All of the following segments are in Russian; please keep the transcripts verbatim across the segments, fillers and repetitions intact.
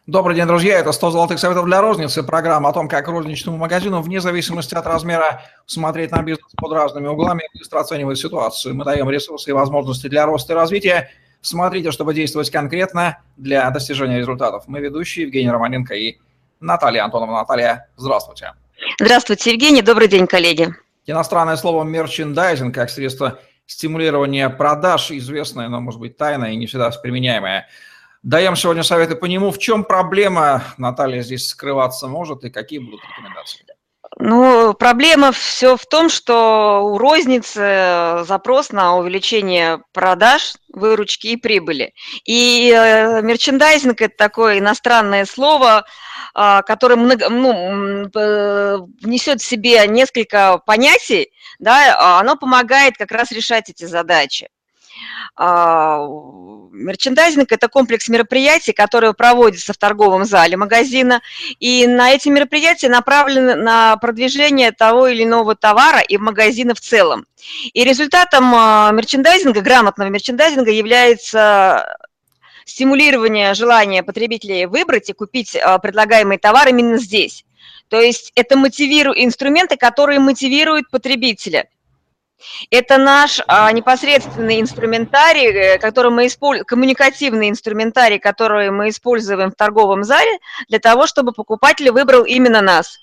Добрый день, друзья. Это сто золотых советов для розницы. Программа о том, как розничному магазину, вне зависимости от размера, смотреть на бизнес под разными углами и быстро оценивать ситуацию. Мы даем ресурсы и возможности для роста и развития. Смотрите, чтобы действовать конкретно для достижения результатов. Мы ведущие Евгений Романенко и Наталья Антоновна. Наталья, здравствуйте. Здравствуйте, Евгений. Добрый день, коллеги. Иностранное слово «мерчендайзинг» как средство стимулирования продаж, известное, но, может быть, тайное и не всегда применяемое. Даем сегодня советы по нему. В чем проблема, Наталья, здесь скрываться может и какие будут рекомендации? Ну, проблема все в том, что у розницы запрос на увеличение продаж, выручки и прибыли. И э, мерчендайзинг – это такое иностранное слово, э, которое много, ну, э, внесет в себе несколько понятий, да, оно помогает как раз решать эти задачи. Мерчендайзинг – это комплекс мероприятий, которые проводятся в торговом зале магазина, и на эти мероприятия направлены на продвижение того или иного товара и магазина в целом. И результатом мерчендайзинга, грамотного мерчендайзинга, является стимулирование желания потребителей выбрать и купить предлагаемый товар именно здесь. То есть это мотивирует, инструменты, которые мотивируют потребителя. Это наш а, непосредственный инструментарий, который мы используем, коммуникативный инструментарий, который мы используем в торговом зале для того, чтобы покупатель выбрал именно нас.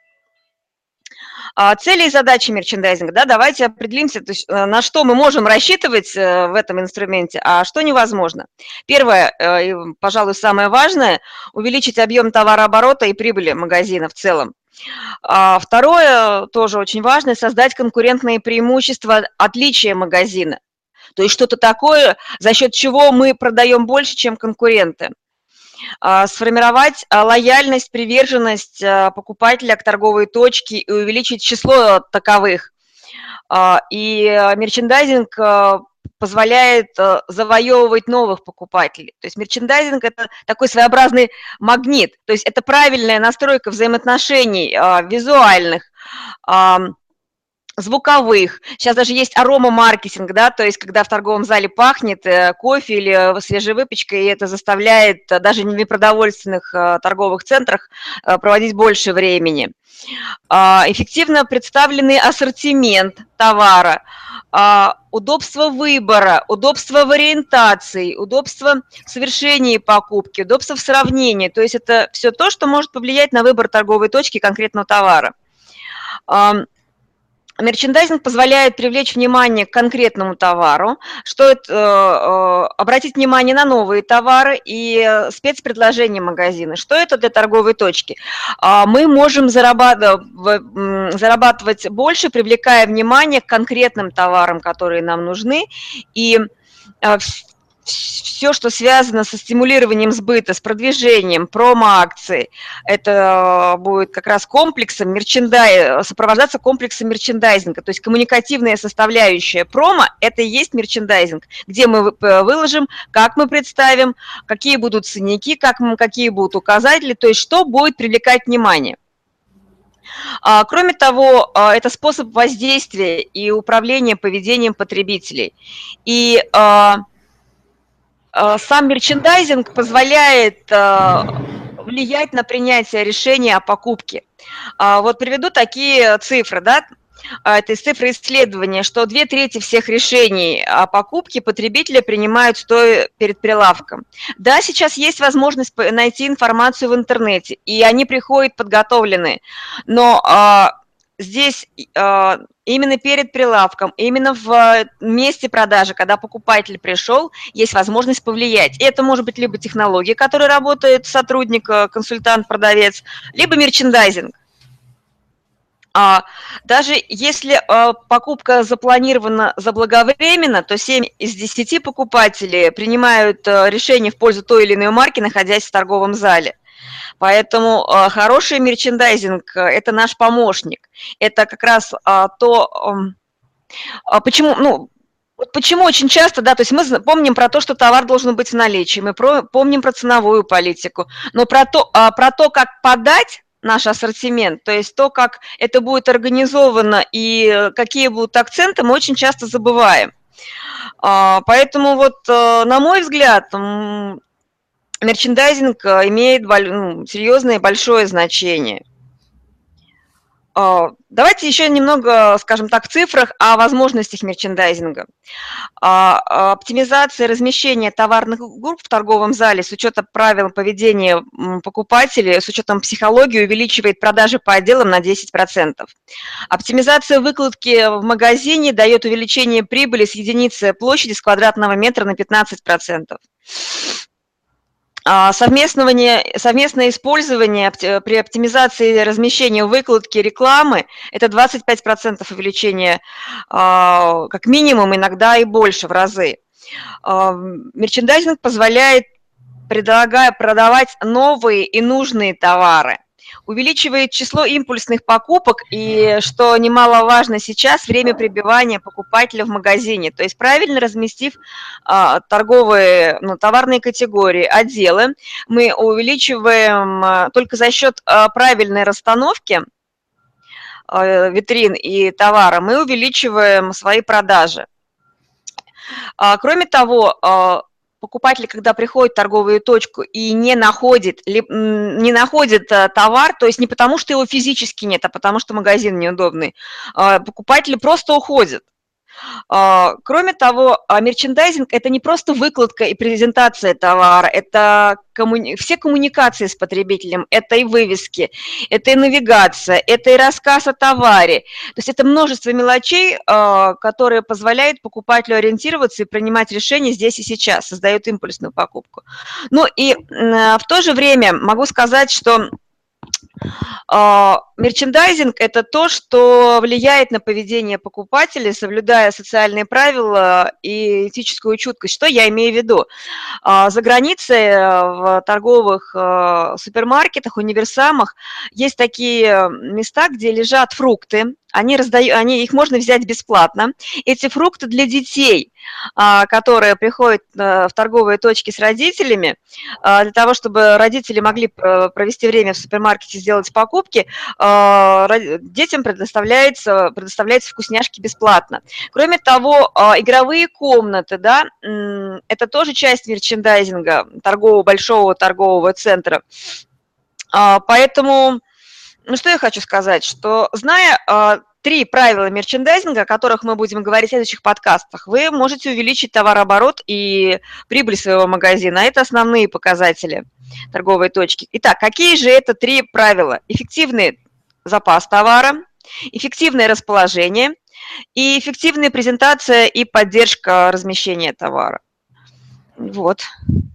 А, цели и задачи мерчендайзинга, да, давайте определимся, то есть, на что мы можем рассчитывать в этом инструменте, а что невозможно. Первое, и, пожалуй, самое важное, увеличить объем товарооборота и прибыли магазина в целом. Второе, тоже очень важно, создать конкурентные преимущества, отличия магазина. То есть что-то такое, за счет чего мы продаем больше, чем конкуренты. Сформировать лояльность, приверженность покупателя к торговой точке и увеличить число таковых. И мерчендайзинг позволяет завоевывать новых покупателей. То есть мерчендайзинг – это такой своеобразный магнит, то есть это правильная настройка взаимоотношений визуальных, звуковых. Сейчас даже есть аромамаркетинг, да, то есть когда в торговом зале пахнет кофе или свежей выпечкой, и это заставляет даже в непродовольственных торговых центрах проводить больше времени. Эффективно представленный ассортимент товара, удобство выбора, удобство в ориентации, удобство в совершении покупки, удобство в сравнении. То есть это все то, что может повлиять на выбор торговой точки конкретного товара. Мерчендайзинг позволяет привлечь внимание к конкретному товару, что это, э, обратить внимание на новые товары и спецпредложения магазина. Что это для торговой точки? Э, мы можем зарабатывать, зарабатывать больше, привлекая внимание к конкретным товарам, которые нам нужны, и э, все, что связано со стимулированием сбыта, с продвижением, промо-акций, это будет как раз комплексом мерчендай... сопровождаться комплексом мерчендайзинга. То есть коммуникативная составляющая промо – это и есть мерчендайзинг, где мы выложим, как мы представим, какие будут ценники, как мы, какие будут указатели, то есть что будет привлекать внимание. Кроме того, это способ воздействия и управления поведением потребителей. И сам мерчендайзинг позволяет влиять на принятие решения о покупке. Вот приведу такие цифры, да? Это из цифры исследования, что две трети всех решений о покупке потребители принимают стоя перед прилавком. Да, сейчас есть возможность найти информацию в интернете, и они приходят подготовленные, но здесь именно перед прилавком, именно в месте продажи, когда покупатель пришел, есть возможность повлиять. И это может быть либо технология, которой работает сотрудник, консультант, продавец, либо мерчендайзинг. Даже если покупка запланирована заблаговременно, то семь из десяти покупателей принимают решение в пользу той или иной марки, находясь в торговом зале. Поэтому э, хороший мерчендайзинг – это наш помощник. Это как раз э, то, э, почему, ну, почему очень часто, да, то есть мы помним про то, что товар должен быть в наличии, мы про, помним про ценовую политику, но про то, э, про то, как подать наш ассортимент, то есть то, как это будет организовано и какие будут акценты, мы очень часто забываем. Э, поэтому вот, э, на мой взгляд, мерчендайзинг имеет ну, серьезное и большое значение. Давайте еще немного, скажем так, в цифрах о возможностях мерчендайзинга. Оптимизация размещения товарных групп в торговом зале с учетом правил поведения покупателей, с учетом психологии, увеличивает продажи по отделам на десять процентов. Оптимизация выкладки в магазине дает увеличение прибыли с единицы площади с квадратного метра на пятнадцать процентов. Совместное, совместное использование при оптимизации размещения выкладки рекламы – это двадцать пять процентов увеличения, как минимум, иногда и больше, в разы. Мерчендайзинг позволяет предлагая продавать новые и нужные товары, увеличивает число импульсных покупок и, что немаловажно сейчас, время пребывания покупателя в магазине. То есть правильно разместив а, торговые, ну, товарные категории, отделы, мы увеличиваем а, только за счет а, правильной расстановки а, витрин и товара, мы увеличиваем свои продажи. А, кроме того, а, покупатель, когда приходит в торговую точку и не находит, не находит товар, то есть не потому, что его физически нет, а потому, что магазин неудобный, покупатели просто уходят. Кроме того, мерчендайзинг – это не просто выкладка и презентация товара, это коммуни... все коммуникации с потребителем, это и вывески, это и навигация, это и рассказ о товаре. То есть это множество мелочей, которые позволяют покупателю ориентироваться и принимать решения здесь и сейчас, создают импульсную покупку. Ну и в то же время могу сказать, что мерчендайзинг – это то, что влияет на поведение покупателей, соблюдая социальные правила и этическую чуткость. Что я имею в виду? За границей в торговых супермаркетах, универсамах есть такие места, где лежат фрукты. Они раздают, они, их можно взять бесплатно. Эти фрукты для детей, которые приходят в торговые точки с родителями, для того, чтобы родители могли провести время в супермаркете, сделать покупки, детям предоставляется, предоставляются вкусняшки бесплатно. Кроме того, игровые комнаты, да, это тоже часть мерчендайзинга торгового, большого торгового центра. Поэтому... Ну, что я хочу сказать, что зная э, три правила мерчендайзинга, о которых мы будем говорить в следующих подкастах, вы можете увеличить товарооборот и прибыль своего магазина. Это основные показатели торговой точки. Итак, какие же это три правила? Эффективный запас товара, эффективное расположение и эффективная презентация и поддержка размещения товара. Вот.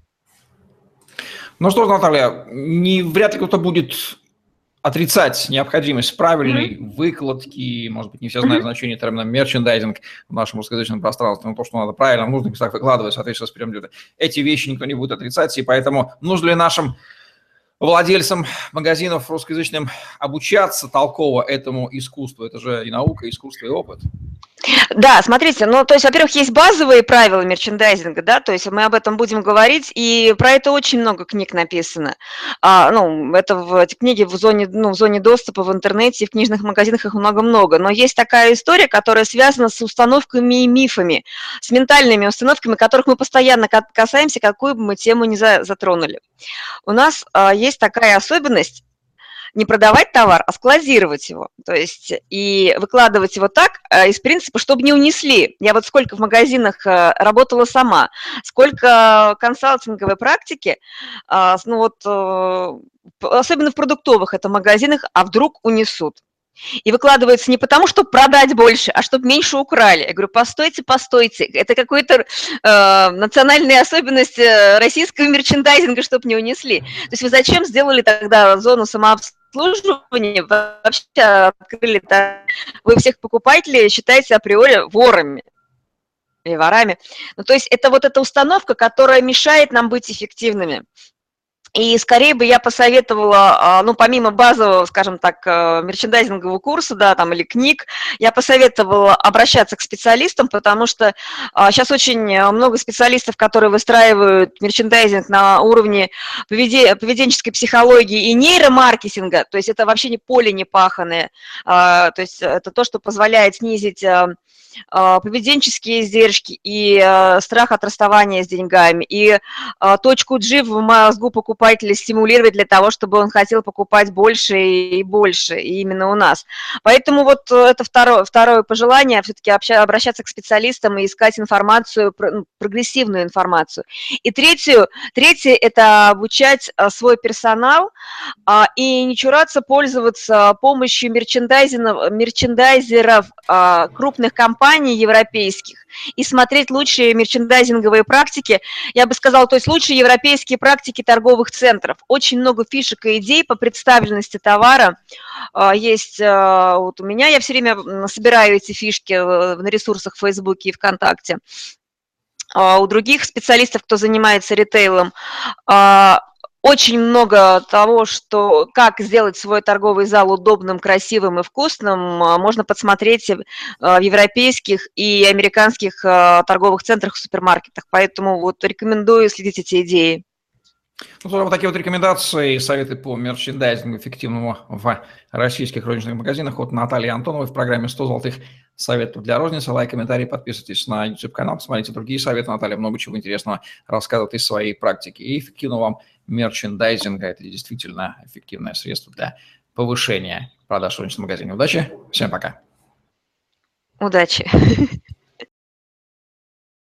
Ну что ж, Наталья, не, вряд ли кто-то будет отрицать необходимость правильной mm-hmm. выкладки, может быть, не все знают mm-hmm. значение термина мерчендайзинг в нашем русскоязычном пространстве, но то, что надо правильно в нужных местах выкладывать, соответственно, с приемлемым. Эти вещи никто не будет отрицать, и поэтому нужно ли нашим владельцам магазинов русскоязычным обучаться толково этому искусству? Это же и наука, и искусство, и опыт. Да, смотрите, ну, то есть, во-первых, есть базовые правила мерчендайзинга, да, то есть мы об этом будем говорить, и про это очень много книг написано. А, ну, это в эти книги в зоне, ну, в зоне доступа в интернете, в книжных магазинах их много-много, но есть такая история, которая связана с установками и мифами, с ментальными установками, которых мы постоянно касаемся, какую бы мы тему ни затронули. У нас а, есть такая особенность, не продавать товар, а складировать его, то есть и выкладывать его так, из принципа, чтобы не унесли. Я вот сколько в магазинах работала сама, сколько консалтинговой практики, ну вот, особенно в продуктовых это магазинах, а вдруг унесут. И выкладывается не потому, чтобы продать больше, а чтобы меньше украли. Я говорю, постойте, постойте, это какая-то э, национальная особенность российского мерчендайзинга, чтобы не унесли. То есть вы зачем сделали тогда зону самообслуживания, вообще открыли, вы всех покупателей считаете априори ворами или ворами. Ну, то есть это вот эта установка, которая мешает нам быть эффективными. И скорее бы я посоветовала, ну, помимо базового, скажем так, мерчендайзингового курса, да, там, или книг, я посоветовала обращаться к специалистам, потому что сейчас очень много специалистов, которые выстраивают мерчендайзинг на уровне поведенческой психологии и нейромаркетинга, то есть это вообще не поле не паханое, то есть это то, что позволяет снизить поведенческие издержки, и страх от расставания с деньгами, и точку G в мозгу покупателя стимулировать для того, чтобы он хотел покупать больше и больше, и именно у нас. Поэтому вот это второе, второе пожелание, все-таки обращаться к специалистам и искать информацию, прогрессивную информацию. И третью, третье – это обучать свой персонал и не чураться пользоваться помощью мерчендайзеров крупных компаний европейских и смотреть лучшие мерчендайзинговые практики, я бы сказала, то есть лучшие европейские практики торговых центров. Очень много фишек и идей по представленности товара есть вот у меня, я все время собираю эти фишки на ресурсах в Фейсбуке и ВКонтакте. У других специалистов, кто занимается ритейлом, очень много того, что, как сделать свой торговый зал удобным, красивым и вкусным, можно подсмотреть в европейских и американских торговых центрах и супермаркетах. Поэтому вот рекомендую следить эти идеи. Ну, вот такие вот рекомендации и советы по мерчендайзингу эффективному в российских розничных магазинах от Натальи Антоновой в программе сто золотых советов для розницы. Лайк, комментарий, подписывайтесь на YouTube-канал, посмотрите другие советы. Наталья много чего интересного рассказывает из своей практики. И эффективного вам мерчендайзинга. Это действительно эффективное средство для повышения продаж в розничном магазине. Удачи, всем пока. Удачи.